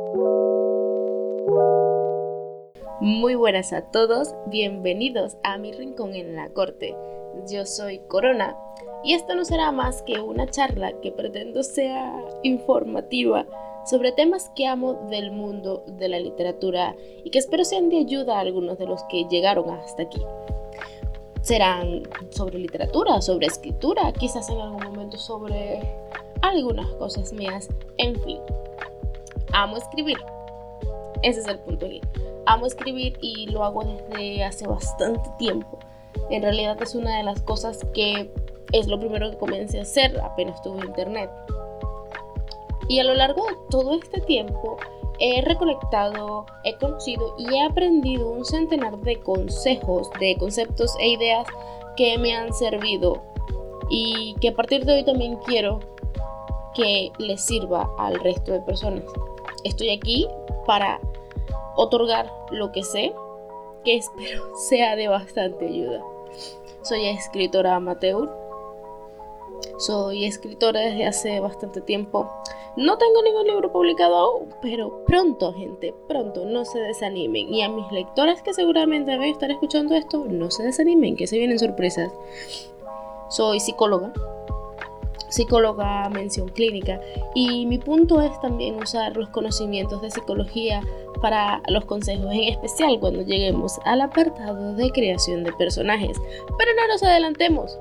Muy buenas a todos, bienvenidos a mi rincón en la corte. Yo soy Corona y esto no será más que una charla que pretendo sea informativa sobre temas que amo del mundo de la literatura y que espero sean de ayuda a algunos de los que llegaron hasta aquí. Serán sobre literatura, sobre escritura, quizás en algún momento sobre algunas cosas mías, en fin. Amo escribir, ese es el punto aquí. Amo escribir y lo hago desde hace bastante tiempo. En realidad es una de las cosas que es lo primero que comencé a hacer apenas tuve internet. Y a lo largo de todo este tiempo he recolectado, he conocido y he aprendido un centenar de consejos, de conceptos e ideas que me han servido y que a partir de hoy también quiero que les sirva al resto de personas. Estoy aquí para otorgar lo que sé, que espero sea de bastante ayuda. Soy escritora amateur. Soy escritora desde hace bastante tiempo. No tengo ningún libro publicado aún, pero pronto, gente, pronto, no se desanimen. Y a mis lectoras que seguramente deben estar escuchando esto, no se desanimen, que se vienen sorpresas. Soy psicóloga mención clínica, y mi punto es también usar los conocimientos de psicología para los consejos, en especial cuando lleguemos al apartado de creación de personajes. Pero no nos adelantemos,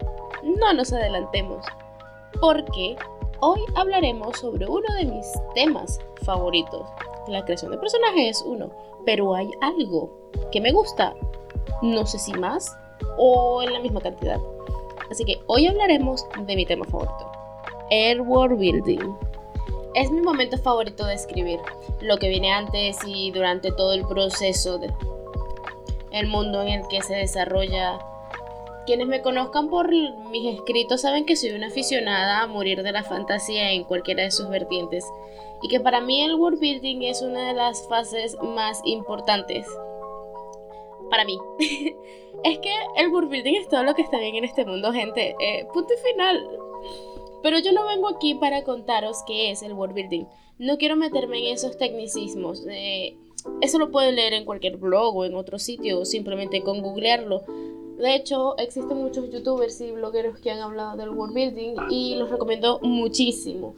porque hoy hablaremos sobre uno de mis temas favoritos. La creación de personajes es uno, pero hay algo que me gusta, no sé si más o en la misma cantidad. Así que hoy hablaremos de mi tema favorito, el world building. Es mi momento favorito de escribir, lo que viene antes y durante todo el proceso el mundo en el que se desarrolla. Quienes me conozcan por mis escritos saben que soy una aficionada a morir de la fantasía en cualquiera de sus vertientes y que para mí el world building es una de las fases más importantes. Para mí. Es que el world building es todo lo que está bien en este mundo, gente. Punto y final. Pero yo no vengo aquí para contaros qué es el world building. No quiero meterme en esos tecnicismos. Eso lo pueden leer en cualquier blog o en otro sitio, o simplemente con googlearlo. De hecho, existen muchos youtubers y blogueros que han hablado del world building y los recomiendo muchísimo.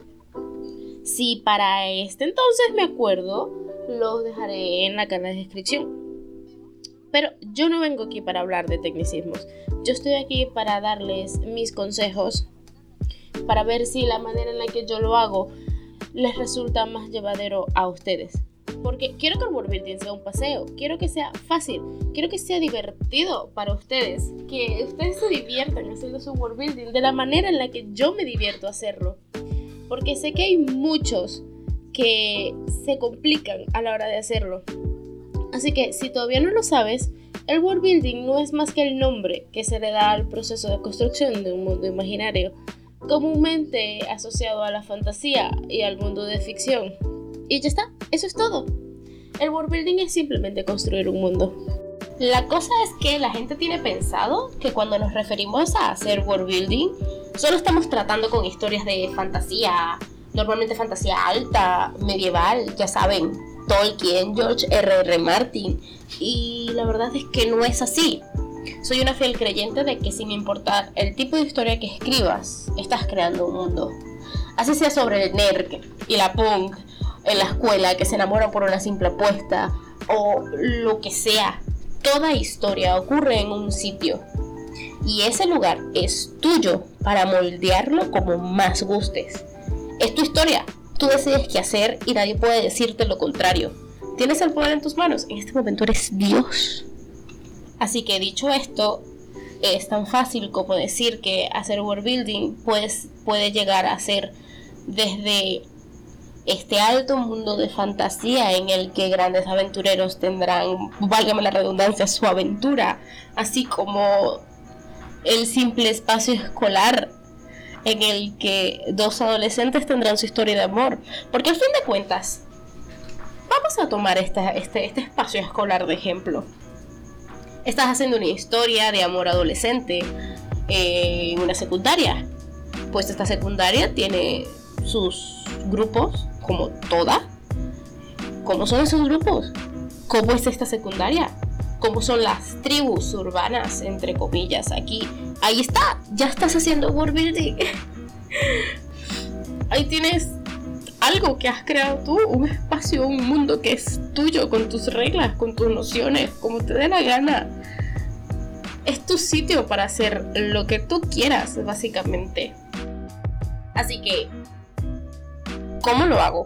Si para este entonces me acuerdo, los dejaré en la caja de descripción. Pero yo no vengo aquí para hablar de tecnicismos. Yo estoy aquí para darles mis consejos, para ver si la manera en la que yo lo hago les resulta más llevadero a ustedes. Porque quiero que el world building sea un paseo, quiero que sea fácil, quiero que sea divertido para ustedes, que ustedes se diviertan haciendo su world building de la manera en la que yo me divierto hacerlo. Porque sé que hay muchos que se complican a la hora de hacerlo. Así que si todavía no lo sabes, el world building no es más que el nombre que se le da al proceso de construcción de un mundo imaginario, comúnmente asociado a la fantasía y al mundo de ficción. Y ya está, eso es todo. El world building es simplemente construir un mundo. La cosa es que la gente tiene pensado que cuando nos referimos a hacer world building, solo estamos tratando con historias de fantasía, normalmente fantasía alta, medieval, ya saben, Tolkien, George R.R. Martin, y la verdad es que no es así. Soy una fiel creyente de que sin importar el tipo de historia que escribas, estás creando un mundo. Así sea sobre el nerd y la punk en la escuela que se enamoran por una simple apuesta, o lo que sea, toda historia ocurre en un sitio. Y ese lugar es tuyo para moldearlo como más gustes. Es tu historia. Tú decides qué hacer y nadie puede decirte lo contrario. Tienes el poder en tus manos. En este momento eres Dios. Así que dicho esto, es tan fácil como decir que hacer world building pues, puede llegar a ser desde este alto mundo de fantasía en el que grandes aventureros tendrán, válgame la redundancia, su aventura, así como el simple espacio escolar en el que dos adolescentes tendrán su historia de amor. Porque al fin de cuentas, vamos a tomar este espacio escolar de ejemplo. Estás haciendo una historia de amor adolescente en una secundaria. Pues esta secundaria tiene sus grupos, como toda, ¿Cómo son esos grupos? ¿Cómo es esta secundaria? ¿Cómo son las tribus urbanas, entre comillas, aquí? Ahí está, ya estás haciendo world building. Ahí tienes algo que has creado tú, un espacio, un mundo que es tuyo, con tus reglas, con tus nociones, como te dé la gana. Es tu sitio para hacer lo que tú quieras, básicamente. Así que, ¿cómo lo hago?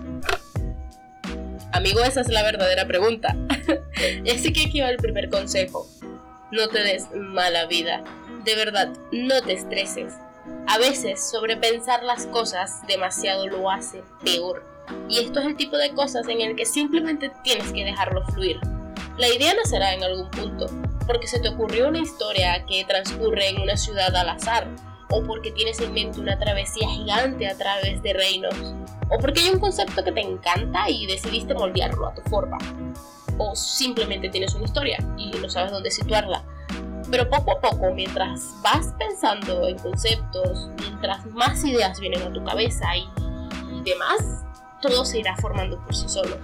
Amigo, esa es la verdadera pregunta. Y así que aquí va el primer consejo. No te des mala vida. De verdad, no te estreses. A veces sobrepensar las cosas demasiado lo hace peor. Y esto es el tipo de cosas en el que simplemente tienes que dejarlo fluir. La idea nacerá en algún punto, porque se te ocurrió una historia que transcurre en una ciudad al azar, o porque tienes en mente una travesía gigante a través de reinos, o porque hay un concepto que te encanta y decidiste moldearlo a tu forma, o simplemente tienes una historia y no sabes dónde situarla. Pero poco a poco, mientras vas pensando en conceptos, mientras más ideas vienen a tu cabeza y demás, todo se irá formando por sí solo.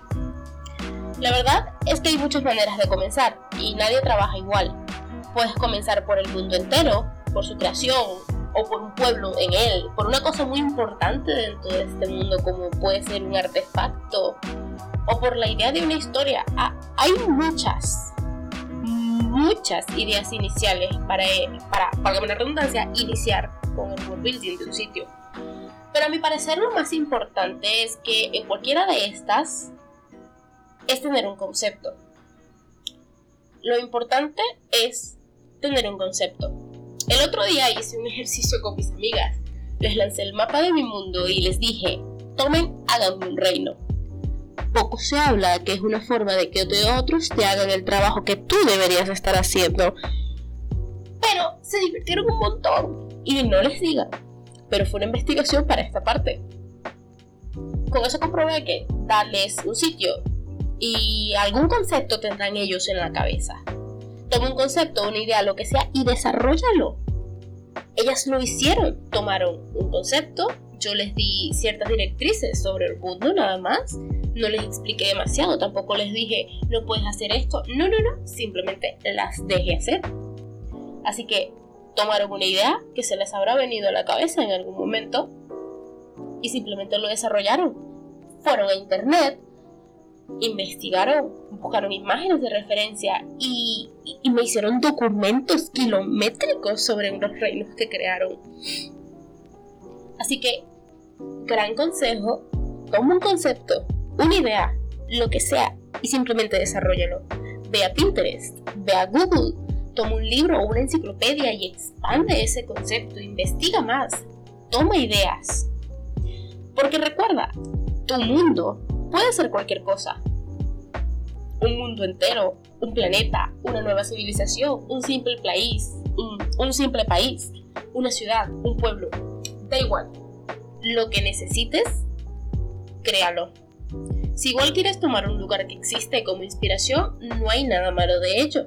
La verdad es que hay muchas maneras de comenzar y nadie trabaja igual. Puedes comenzar por el mundo entero, por su creación, o por un pueblo en él, por una cosa muy importante dentro de este mundo como puede ser un artefacto, o por la idea de una historia. Hay muchas ideas iniciales para la redundancia, iniciar con el world building de un sitio. Pero a mi parecer lo más importante es que en cualquiera de estas es tener un concepto. Lo importante es tener un concepto. El otro día hice un ejercicio con mis amigas. Les lancé el mapa de mi mundo y les dije, tomen, háganme un reino. Poco se habla que es una forma de que otros te hagan el trabajo que tú deberías estar haciendo. Pero se divirtieron un montón. Y no les digan, pero fue una investigación para esta parte. Con eso comprobé que darles un sitio y algún concepto tendrán ellos en la cabeza. Toma un concepto, una idea, lo que sea, y desarróllalo. Ellas lo hicieron, tomaron un concepto, yo les di ciertas directrices sobre el mundo nada más, no les expliqué demasiado, tampoco les dije, no puedes hacer esto, no, simplemente las dejé hacer. Así que tomaron una idea que se les habrá venido a la cabeza en algún momento y simplemente lo desarrollaron. Fueron a internet, investigaron, buscaron imágenes de referencia y me hicieron documentos kilométricos sobre unos reinos que crearon. Así que, gran consejo, toma un concepto, una idea, lo que sea, y simplemente desarróllalo. Ve a Pinterest, ve a Google, toma un libro o una enciclopedia y expande ese concepto, investiga más, toma ideas. Porque recuerda, tu mundo puede ser cualquier cosa. Un mundo entero, un planeta, una nueva civilización, un simple país, una ciudad, un pueblo. Da igual. Lo que necesites, créalo. Si igual quieres tomar un lugar que existe como inspiración, no hay nada malo de ello.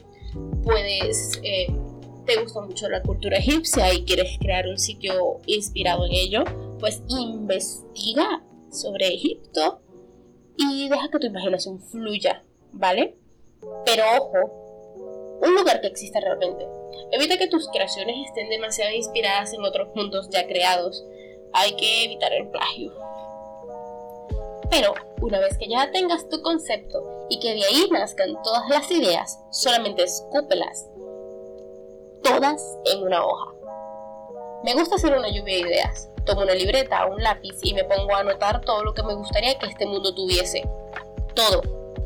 Te gusta mucho la cultura egipcia y quieres crear un sitio inspirado en ello, pues investiga sobre Egipto y deja que tu imaginación fluya, ¿vale? Pero ojo, un lugar que exista realmente. Evita que tus creaciones estén demasiado inspiradas en otros mundos ya creados. Hay que evitar el plagio. Pero una vez que ya tengas tu concepto y que de ahí nazcan todas las ideas, solamente escúpelas todas en una hoja. Me gusta hacer una lluvia de ideas. Tomo una libreta o un lápiz y me pongo a anotar todo lo que me gustaría que este mundo tuviese. Todo.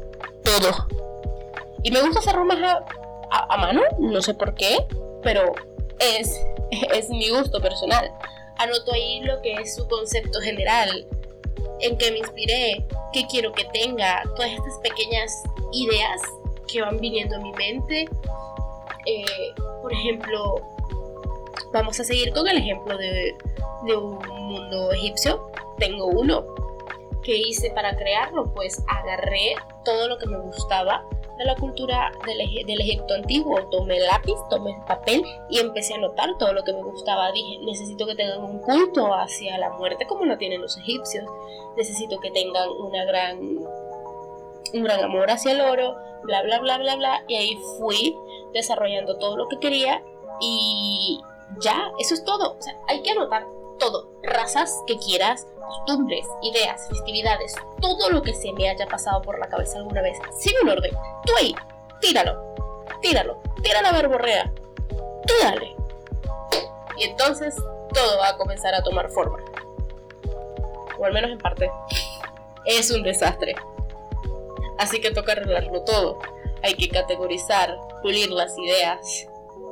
Y me gusta hacerlo más a mano, no sé por qué, pero es mi gusto personal. Anoto ahí lo que es su concepto general, en qué me inspiré, qué quiero que tenga, todas estas pequeñas ideas que van viniendo a mi mente. Por ejemplo, vamos a seguir con el ejemplo de un mundo egipcio. Tengo uno que hice para crearlo, pues agarré todo lo que me gustaba de la cultura del Egipto antiguo. Tomé lápiz, tomé papel y empecé a anotar todo lo que me gustaba. Dije, necesito que tengan un culto hacia la muerte como lo tienen los egipcios. Necesito que tengan un gran amor hacia el oro, bla, bla, bla, bla, bla. Y ahí fui desarrollando todo lo que quería y ya, eso es todo. O sea, hay que anotar todo, razas que quieras, costumbres, ideas, festividades, todo lo que se me haya pasado por la cabeza alguna vez, sin un orden. Tú ahí, tíralo, tira la verborrea, tú dale. Y entonces todo va a comenzar a tomar forma. O al menos en parte. Es un desastre. Así que toca arreglarlo todo. Hay que categorizar, pulir las ideas.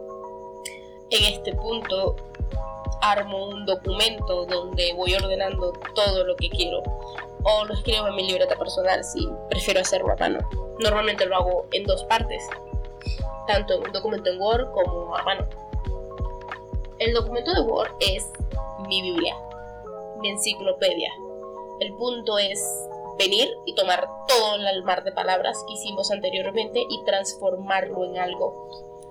En este punto armo un documento donde voy ordenando todo lo que quiero, o lo escribo en mi libreta personal si prefiero hacerlo a mano. Normalmente lo hago en 2 partes, tanto en un documento en Word como a mano. El documento de Word es mi Biblia, mi enciclopedia. El punto es venir y tomar todo el mar de palabras que hicimos anteriormente y transformarlo en algo.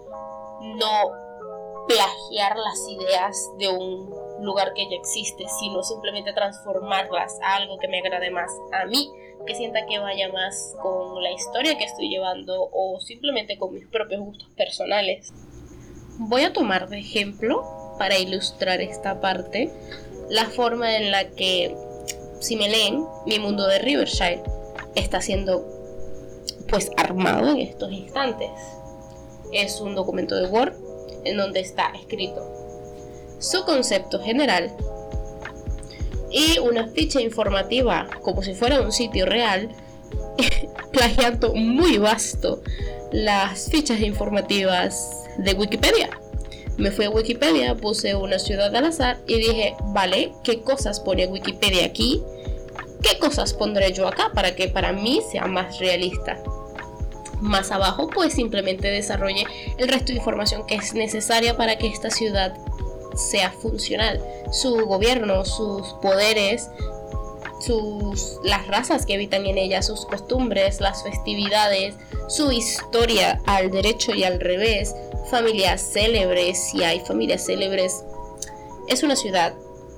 No plagiar las ideas de un lugar que ya existe, sino simplemente transformarlas a algo que me agrade más a mí, que sienta que vaya más con la historia que estoy llevando o simplemente con mis propios gustos personales. Voy a tomar de ejemplo, para ilustrar esta parte, la forma en la que, si me leen, mi mundo de Riverside está siendo pues armado en estos instantes. Es un documento de Word en donde está escrito su concepto general y una ficha informativa como si fuera un sitio real, plagiando muy vasto las fichas informativas de Wikipedia. Me fui a Wikipedia, puse una ciudad al azar y dije, vale, ¿qué cosas pone Wikipedia aquí? ¿Qué cosas pondré yo acá para que para mí sea más realista? Más abajo pues simplemente desarrolle el resto de información que es necesaria para que esta ciudad sea funcional. Su gobierno, sus poderes, las razas que habitan en ella, sus costumbres, las festividades, su historia al derecho y al revés, familias célebres, si hay familias célebres. Es una ciudad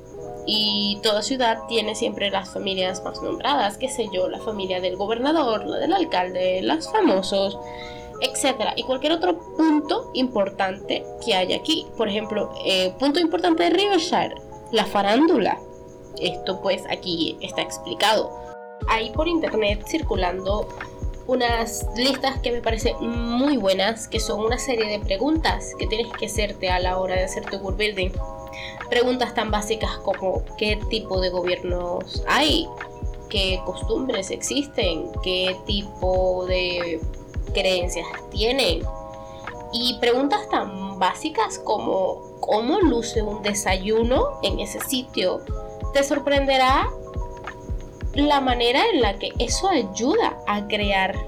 y toda ciudad tiene siempre las familias más nombradas, qué sé yo, la familia del gobernador, la del alcalde, los famosos, etc. Y cualquier otro punto importante que haya aquí. Por ejemplo, punto importante de Riverside, la farándula. Esto pues aquí está explicado. Hay por internet circulando unas listas que me parecen muy buenas, que son una serie de preguntas que tienes que hacerte a la hora de hacer tu world building. Preguntas tan básicas como ¿qué tipo de gobiernos hay? ¿Qué costumbres existen? ¿Qué tipo de creencias tienen? Y preguntas tan básicas como ¿cómo luce un desayuno en ese sitio? Te sorprenderá la manera en la que eso ayuda a crear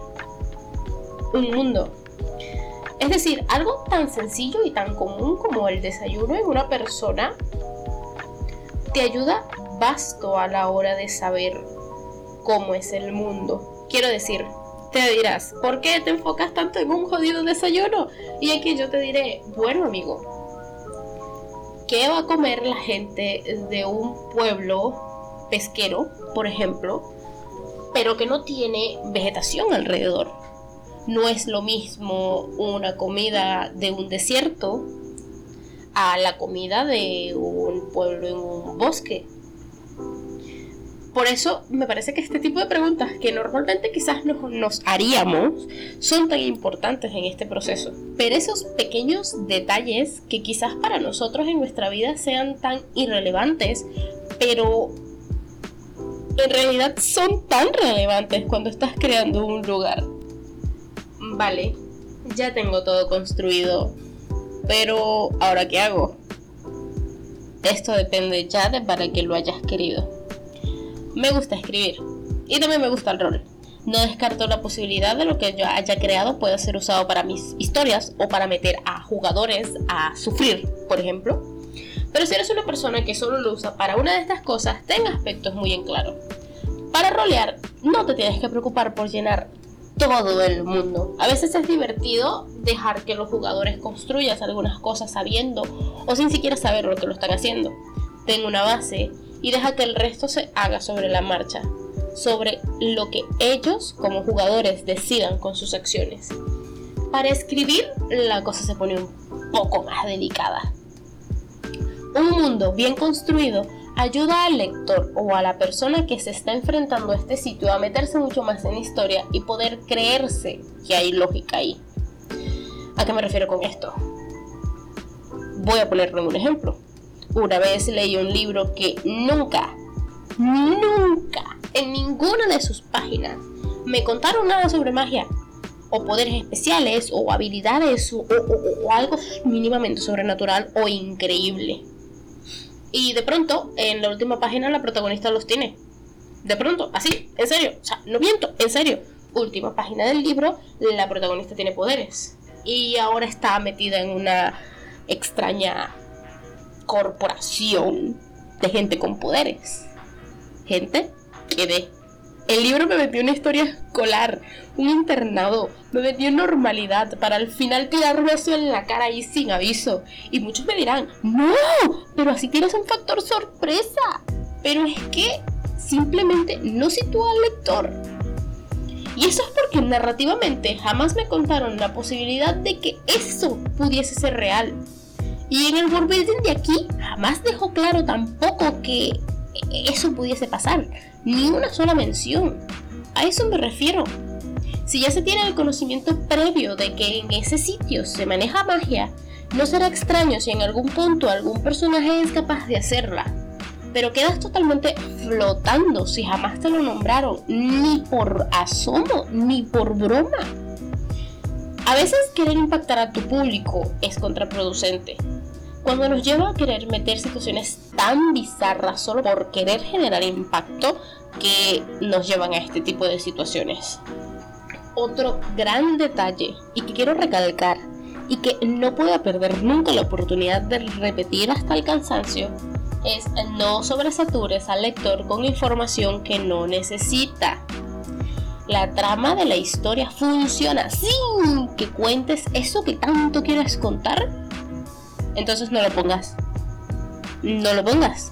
un mundo. Es decir, algo tan sencillo y tan común como el desayuno en una persona te ayuda basto a la hora de saber cómo es el mundo. Quiero decir, te dirás, ¿por qué te enfocas tanto en un jodido desayuno? Y aquí yo te diré, bueno amigo, ¿qué va a comer la gente de un pueblo pesquero, por ejemplo, pero que no tiene vegetación alrededor? No es lo mismo una comida de un desierto a la comida de un pueblo en un bosque. Por eso me parece que este tipo de preguntas que normalmente quizás nos haríamos son tan importantes en este proceso. Pero esos pequeños detalles que quizás para nosotros en nuestra vida sean tan irrelevantes, pero en realidad son tan relevantes cuando estás creando un lugar. Vale, ya tengo todo construido, pero ¿ahora qué hago? Esto depende ya de para qué lo hayas querido. Me gusta escribir y también me gusta el rol. No descarto la posibilidad de lo que yo haya creado pueda ser usado para mis historias o para meter a jugadores a sufrir, por ejemplo. Pero si eres una persona que solo lo usa para una de estas cosas, ten aspectos muy en claro. Para rolear, no te tienes que preocupar por llenar todo el mundo. A veces es divertido dejar que los jugadores construyan algunas cosas sabiendo o sin siquiera saber lo que lo están haciendo. Ten una base y deja que el resto se haga sobre la marcha, sobre lo que ellos como jugadores decidan con sus acciones. Para escribir, la cosa se pone un poco más delicada. Un mundo bien construido ayuda al lector o a la persona que se está enfrentando a este sitio a meterse mucho más en la historia y poder creerse que hay lógica ahí. ¿A qué me refiero con esto? Voy a ponerle un ejemplo. Una vez leí un libro que nunca, en ninguna de sus páginas me contaron nada sobre magia, o poderes especiales, o habilidades, o algo mínimamente sobrenatural o increíble. Y de pronto, en la última página, la protagonista los tiene. De pronto, así, en serio, o sea, no miento, en serio. Última página del libro, la protagonista tiene poderes. Y ahora está metida en una extraña corporación de gente con poderes. Gente que ve. El libro me metió una historia escolar, un internado, me metió normalidad para al final tirarme eso en la cara y sin aviso. Y muchos me dirán, no, pero así tienes un factor sorpresa. Pero es que simplemente no sitúa al lector. Y eso es porque narrativamente jamás me contaron la posibilidad de que eso pudiese ser real. Y en el world building de aquí jamás dejó claro tampoco que eso pudiese pasar. Ni una sola mención. A eso me refiero. Si ya se tiene el conocimiento previo de que en ese sitio se maneja magia, no será extraño si en algún punto algún personaje es capaz de hacerla. Pero quedas totalmente flotando si jamás te lo nombraron, ni por asomo, ni por broma. A veces querer impactar a tu público es contraproducente. Cuando nos lleva a querer meter situaciones tan bizarras solo por querer generar impacto que nos llevan a este tipo de situaciones. Otro gran detalle y que quiero recalcar y que no puedo perder nunca la oportunidad de repetir hasta el cansancio es no sobresatures al lector con información que no necesita. La trama de la historia funciona sin que cuentes eso que tanto quieres contar. Entonces no lo pongas. No lo pongas.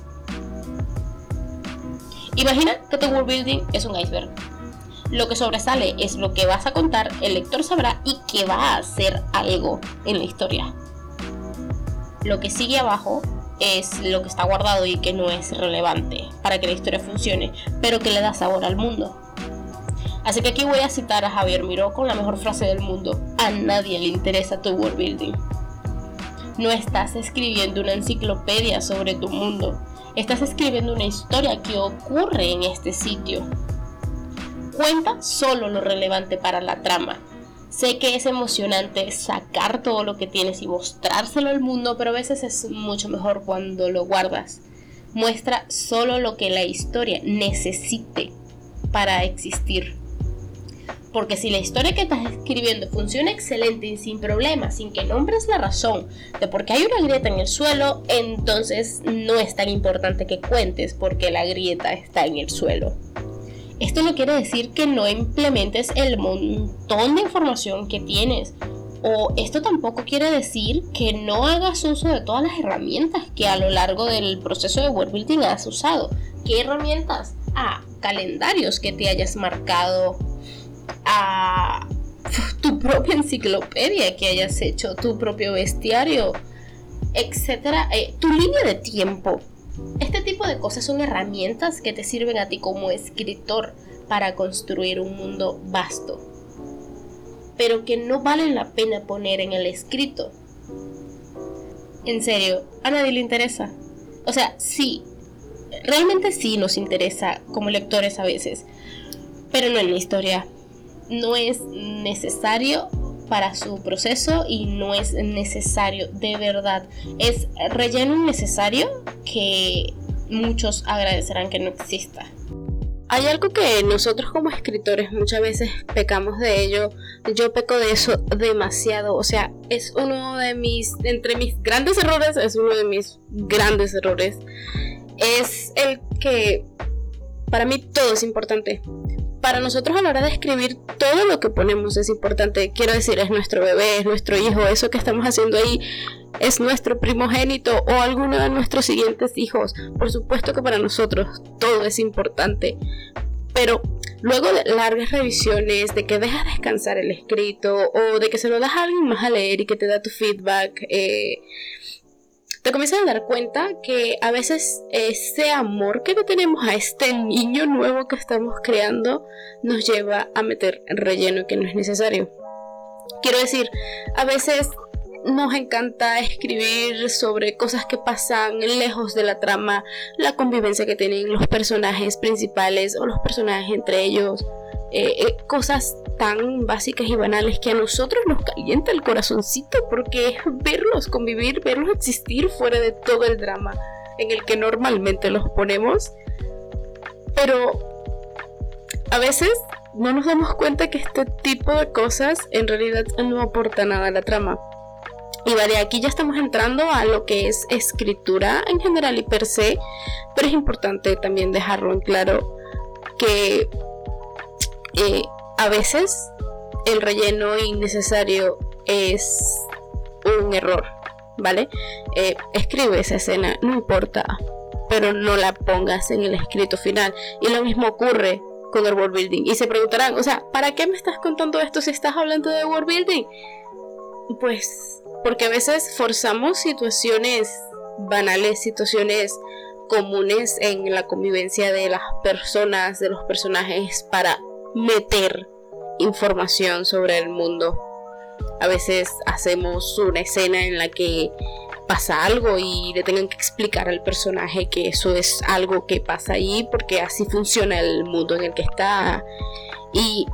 Imagina que tu world building es un iceberg. Lo que sobresale es lo que vas a contar, el lector sabrá y que va a hacer algo en la historia. Lo que sigue abajo es lo que está guardado y que no es relevante para que la historia funcione, pero que le da sabor al mundo. Así que aquí voy a citar a Javier Miró con la mejor frase del mundo: a nadie le interesa tu world building. No estás escribiendo una enciclopedia sobre tu mundo, estás escribiendo una historia que ocurre en este sitio. Cuenta solo lo relevante para la trama. Sé que es emocionante sacar todo lo que tienes y mostrárselo al mundo, pero a veces es mucho mejor cuando lo guardas. Muestra solo lo que la historia necesite para existir. Porque si la historia que estás escribiendo funciona excelente y sin problemas, sin que nombres la razón de por qué hay una grieta en el suelo, entonces no es tan importante que cuentes por qué la grieta está en el suelo. Esto no quiere decir que no implementes el montón de información que tienes. O esto tampoco quiere decir que no hagas uso de todas las herramientas que a lo largo del proceso de world building has usado. ¿Qué herramientas? Calendarios que te hayas marcado, a tu propia enciclopedia que hayas hecho, tu propio bestiario, etcétera, tu línea de tiempo. Este tipo de cosas son herramientas que te sirven a ti como escritor para construir un mundo vasto, pero que no valen la pena poner en el escrito. En serio, a nadie le interesa. O sea, sí, realmente sí nos interesa como lectores a veces, pero no en la historia. No es necesario para su proceso y no es necesario, de verdad. Es relleno innecesario que muchos agradecerán que no exista. Hay algo que nosotros como escritores muchas veces pecamos de ello. Yo peco de eso demasiado. O sea, es uno de entre mis grandes errores, es el que para mí todo es importante. para nosotros a la hora de escribir todo lo que ponemos es importante. Quiero decir, es nuestro bebé, es nuestro hijo, eso que estamos haciendo ahí es nuestro primogénito o alguno de nuestros siguientes hijos. Por supuesto que para nosotros todo es importante, pero luego de largas revisiones, de que dejas descansar el escrito o de que se lo das a alguien más a leer y que te da tu feedback, te comienzas a dar cuenta que a veces ese amor que le tenemos a este niño nuevo que estamos creando nos lleva a meter relleno que no es necesario. Quiero decir, a veces nos encanta escribir sobre cosas que pasan lejos de la trama, la convivencia que tienen los personajes principales o los personajes entre ellos, cosas tan básicas y banales que a nosotros nos calienta el corazoncito, porque es verlos convivir, verlos existir fuera de todo el drama en el que normalmente los ponemos. Pero a veces no nos damos cuenta que este tipo de cosas en realidad no aporta nada a la trama. Y vale, aquí ya estamos entrando a lo que es escritura en general y per se, pero es importante también dejarlo en claro que a veces el relleno innecesario es un error, ¿vale? Escribe esa escena, no importa, pero no la pongas en el escrito final. Y lo mismo ocurre con el world building. Y se preguntarán, o sea, ¿para qué me estás contando esto si estás hablando de world building? Pues porque a veces forzamos situaciones banales, situaciones comunes en la convivencia de las personas, de los personajes, para meter información sobre el mundo. A veces hacemos una escena en la que pasa algo y le tengan que explicar al personaje que eso es algo que pasa ahí porque así funciona el mundo en el que está. Y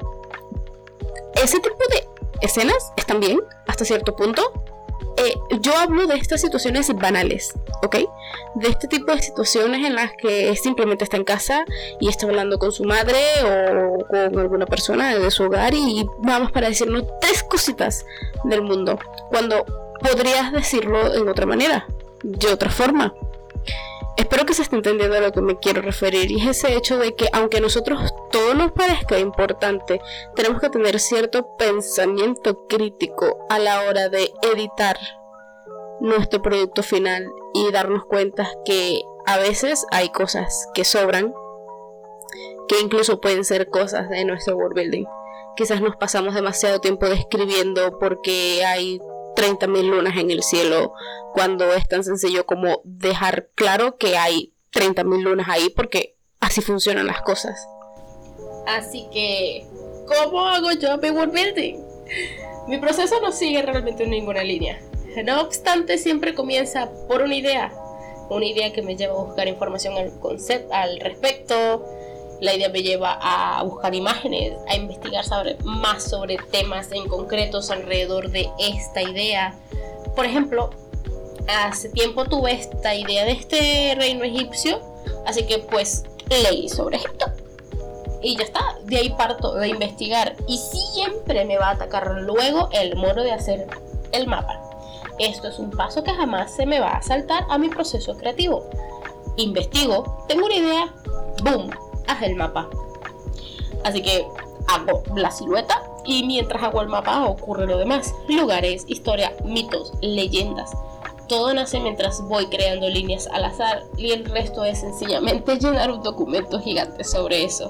ese tipo de escenas están bien hasta cierto punto. Yo hablo de estas situaciones banales, ¿ok? De este tipo de situaciones en las que simplemente está en casa y está hablando con su madre o con alguna persona de su hogar y vamos para decirnos 3 cositas del mundo, cuando podrías decirlo en otra manera, de otra forma. Espero que se esté entendiendo a lo que me quiero referir, y es ese hecho de que aunque a nosotros todo nos parezca importante, tenemos que tener cierto pensamiento crítico a la hora de editar nuestro producto final y darnos cuenta que a veces hay cosas que sobran, que incluso pueden ser cosas de nuestro world building. Quizás nos pasamos demasiado tiempo describiendo porque hay 30.000 lunas en el cielo, cuando es tan sencillo como dejar claro que hay 30.000 lunas ahí, porque así funcionan las cosas. Así que, ¿cómo hago yo mi world building? Mi proceso no sigue realmente ninguna línea. No obstante, siempre comienza por una idea que me lleva a buscar información al respecto. La idea me lleva a buscar imágenes, a investigar más sobre temas en concretos alrededor de esta idea. Por ejemplo, hace tiempo tuve esta idea de este reino egipcio, así que pues leí sobre Egipto. Y ya está, de ahí parto de investigar. Y siempre me va a atacar luego el modo de hacer el mapa. Esto es un paso que jamás se me va a saltar a mi proceso creativo. Investigo, tengo una idea, ¡boom!, haz el mapa. Así que hago la silueta y mientras hago el mapa ocurre lo demás: lugares, historia, mitos, leyendas. Todo nace mientras voy creando líneas al azar y el resto es sencillamente llenar un documento gigante sobre eso.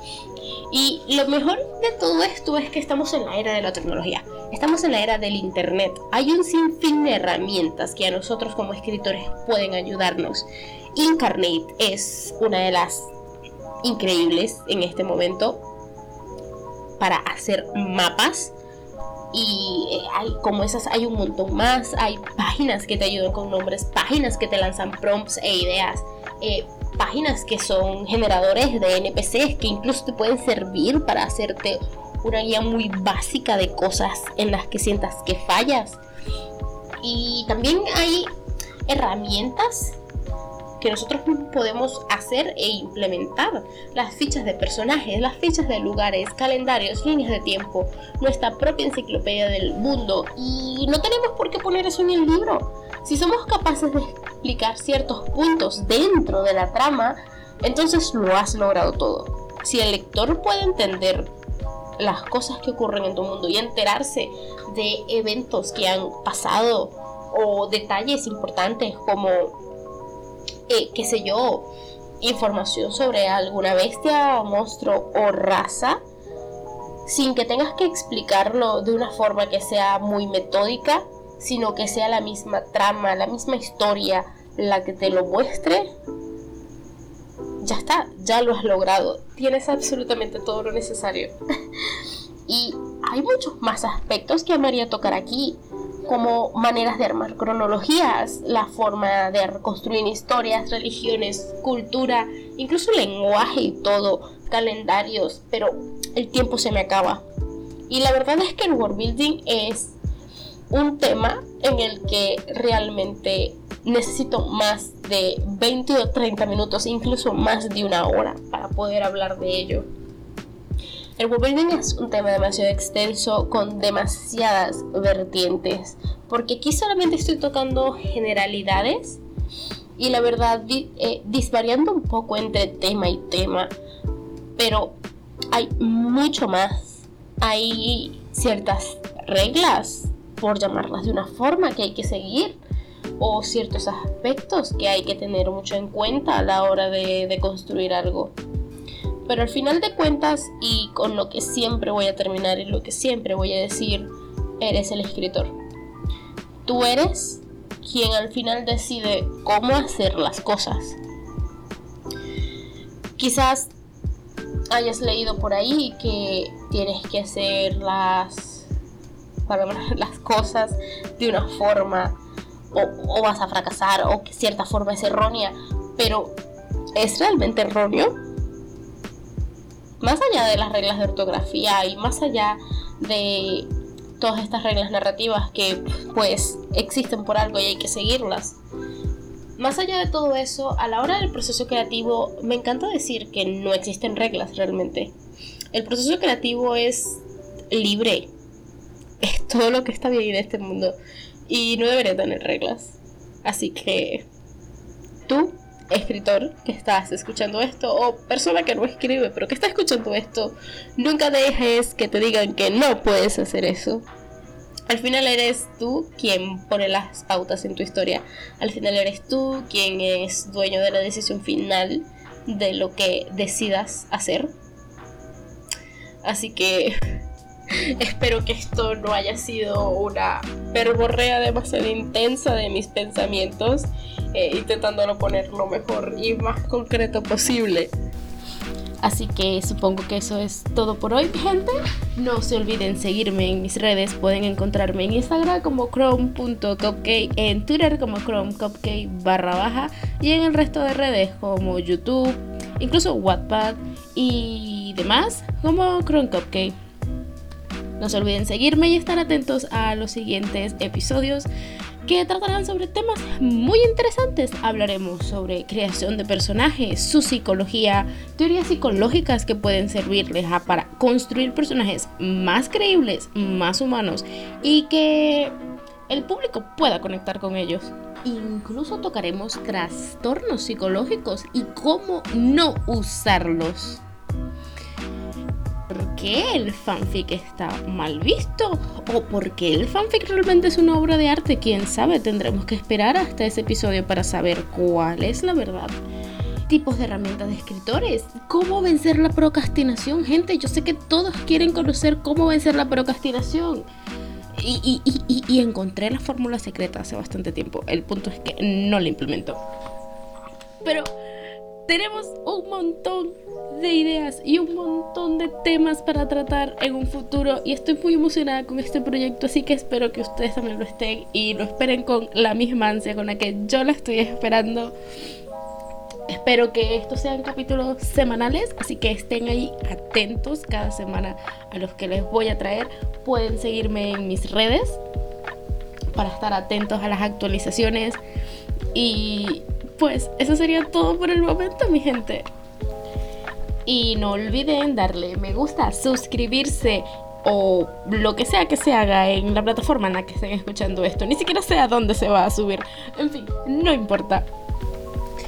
Y lo mejor de todo esto es que estamos en la era de la tecnología, estamos en la era del internet. Hay un sinfín de herramientas que a nosotros como escritores pueden ayudarnos. Incarnate es una de las increíbles en este momento para hacer mapas, y como esas hay un montón más. Hay páginas que te ayudan con nombres, páginas que te lanzan prompts e ideas, páginas que son generadores de NPCs que incluso te pueden servir para hacerte una guía muy básica de cosas en las que sientas que fallas. Y también hay herramientas que nosotros podemos hacer e implementar: las fichas de personajes, las fichas de lugares, calendarios, líneas de tiempo, nuestra propia enciclopedia del mundo. Y no tenemos por qué poner eso en el libro. Si somos capaces de explicar ciertos puntos dentro de la trama, entonces lo has logrado todo. Si el lector puede entender las cosas que ocurren en tu mundo y enterarse de eventos que han pasado o detalles importantes como, qué sé yo, información sobre alguna bestia o monstruo o raza, sin que tengas que explicarlo de una forma que sea muy metódica, sino que sea la misma trama, la misma historia la que te lo muestre, ya está, ya lo has logrado. Tienes absolutamente todo lo necesario. Y hay muchos más aspectos que amaría tocar aquí, como maneras de armar cronologías, la forma de reconstruir historias, religiones, cultura, incluso lenguaje y todo, calendarios, pero el tiempo se me acaba. Y la verdad es que el world building es un tema en el que realmente necesito más de 20 o 30 minutos, incluso más de una hora para poder hablar de ello. El world building es un tema demasiado extenso con demasiadas vertientes, porque aquí solamente estoy tocando generalidades y la verdad disvariando un poco entre tema y tema, pero hay mucho más. Hay ciertas reglas, por llamarlas de una forma, que hay que seguir, o ciertos aspectos que hay que tener mucho en cuenta a la hora de construir algo. Pero al final de cuentas, y con lo que siempre voy a terminar y lo que siempre voy a decir, eres el escritor. Tú eres quien al final decide cómo hacer las cosas. Quizás hayas leído por ahí que tienes que hacer las cosas de una forma, o vas a fracasar, o que cierta forma es errónea, pero ¿es realmente erróneo? Más allá de las reglas de ortografía y más allá de todas estas reglas narrativas que pues existen por algo y hay que seguirlas, más allá de todo eso, a la hora del proceso creativo me encanta decir que no existen reglas realmente. El proceso creativo es libre, es todo lo que está bien en este mundo y no debería tener reglas. Así que tú, escritor que estás escuchando esto, o persona que no escribe pero que está escuchando esto, nunca dejes que te digan que no puedes hacer eso. Al final eres tú quien pone las pautas en tu historia. Al final eres tú quien es dueño de la decisión final de lo que decidas hacer. Así que espero que esto no haya sido una verborrea demasiado intensa de mis pensamientos, intentándolo poner lo mejor y más concreto posible. Así que supongo que eso es todo por hoy, gente. No se olviden seguirme en mis redes. Pueden encontrarme en Instagram como chrome.cupcake, en Twitter como chromecupcake _ y en el resto de redes como YouTube, incluso Wattpad y demás como chromecupcake. No se olviden seguirme y estar atentos a los siguientes episodios que tratarán sobre temas muy interesantes. Hablaremos sobre creación de personajes, su psicología, teorías psicológicas que pueden servirles para construir personajes más creíbles, más humanos y que el público pueda conectar con ellos. Incluso tocaremos trastornos psicológicos y cómo no usarlos. ¿Por qué el fanfic está mal visto? ¿O por qué el fanfic realmente es una obra de arte? ¿Quién sabe? Tendremos que esperar hasta ese episodio para saber cuál es la verdad. Tipos de herramientas de escritores. ¿Cómo vencer la procrastinación? Gente, yo sé que todos quieren conocer cómo vencer la procrastinación. Y encontré la fórmula secreta hace bastante tiempo. El punto es que no la implemento. Pero tenemos un montón de ideas y un montón de temas para tratar en un futuro y estoy muy emocionada con este proyecto, así que espero que ustedes también lo estén y lo esperen con la misma ansia con la que yo lo estoy esperando. Espero que estos sean capítulos semanales, así que estén ahí atentos cada semana a los que les voy a traer. Pueden seguirme en mis redes para estar atentos a las actualizaciones y pues eso sería todo por el momento, mi gente. Y no olviden darle me gusta, suscribirse o lo que sea que se haga en la plataforma en la que estén escuchando esto. Ni siquiera sé a dónde se va a subir. En fin, no importa.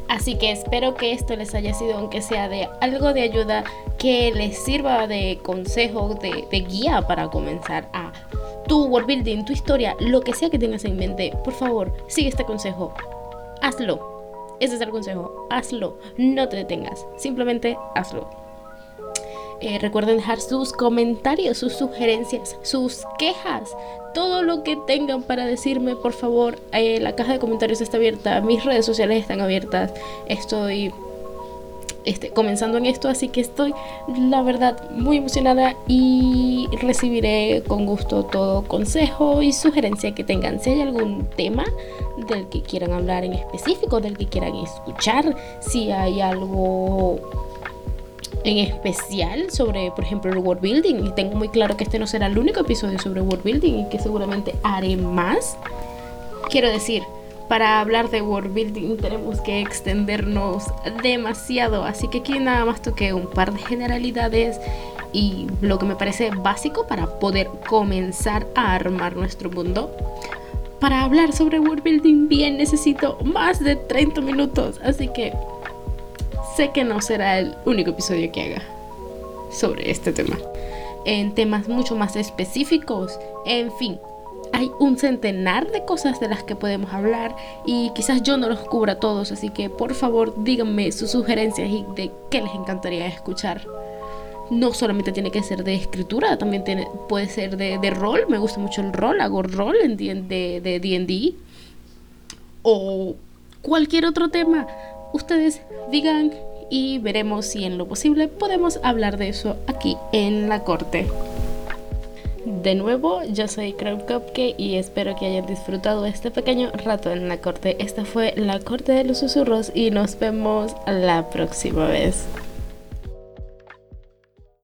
Así que espero que esto les haya sido, aunque sea de algo de ayuda, que les sirva de consejo, de guía para comenzar a tu world building, tu historia, lo que sea que tengas en mente. Por favor, sigue este consejo. Hazlo. Ese es el consejo. Hazlo. No te detengas. Simplemente hazlo. Recuerden dejar sus comentarios, sus sugerencias, sus quejas, todo lo que tengan para decirme, por favor. La caja de comentarios está abierta, mis redes sociales están abiertas. Estoy comenzando en esto, así que estoy, la verdad, muy emocionada y recibiré con gusto todo consejo y sugerencia que tengan. Si hay algún tema del que quieran hablar en específico, del que quieran escuchar, si hay algo en especial sobre, por ejemplo, el world building, y tengo muy claro que este no será el único episodio sobre world building y que seguramente haré más. Quiero decir, para hablar de world building tenemos que extendernos demasiado, así que aquí nada más toqué un par de generalidades y lo que me parece básico para poder comenzar a armar nuestro mundo. Para hablar sobre world building bien necesito más de 30 minutos, así que sé que no será el único episodio que haga sobre este tema. En temas mucho más específicos, en fin, hay un centenar de cosas de las que podemos hablar y quizás yo no los cubra todos, así que por favor díganme sus sugerencias y de qué les encantaría escuchar. No solamente tiene que ser de escritura, también puede ser de rol. Me gusta mucho el rol, hago rol en de D&D o cualquier otro tema. Ustedes digan y veremos si en lo posible podemos hablar de eso aquí en la corte. De nuevo, yo soy Crown Cupcake y espero que hayan disfrutado este pequeño rato en la corte. Esta fue la corte de los susurros y nos vemos la próxima vez.